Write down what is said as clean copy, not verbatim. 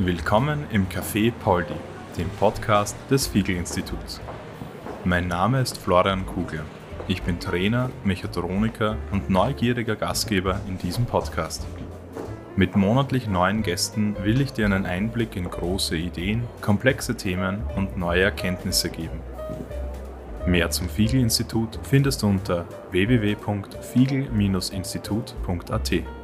Willkommen im Café Poldi, dem Podcast des Fiegel-Instituts. Mein Name ist Florian Kugler. Ich bin Trainer, Mechatroniker und neugieriger Gastgeber in diesem Podcast. Mit monatlich neuen Gästen will ich dir einen Einblick in große Ideen, komplexe Themen und neue Erkenntnisse geben. Mehr zum Fiegel-Institut findest du unter www.fiegel-institut.at.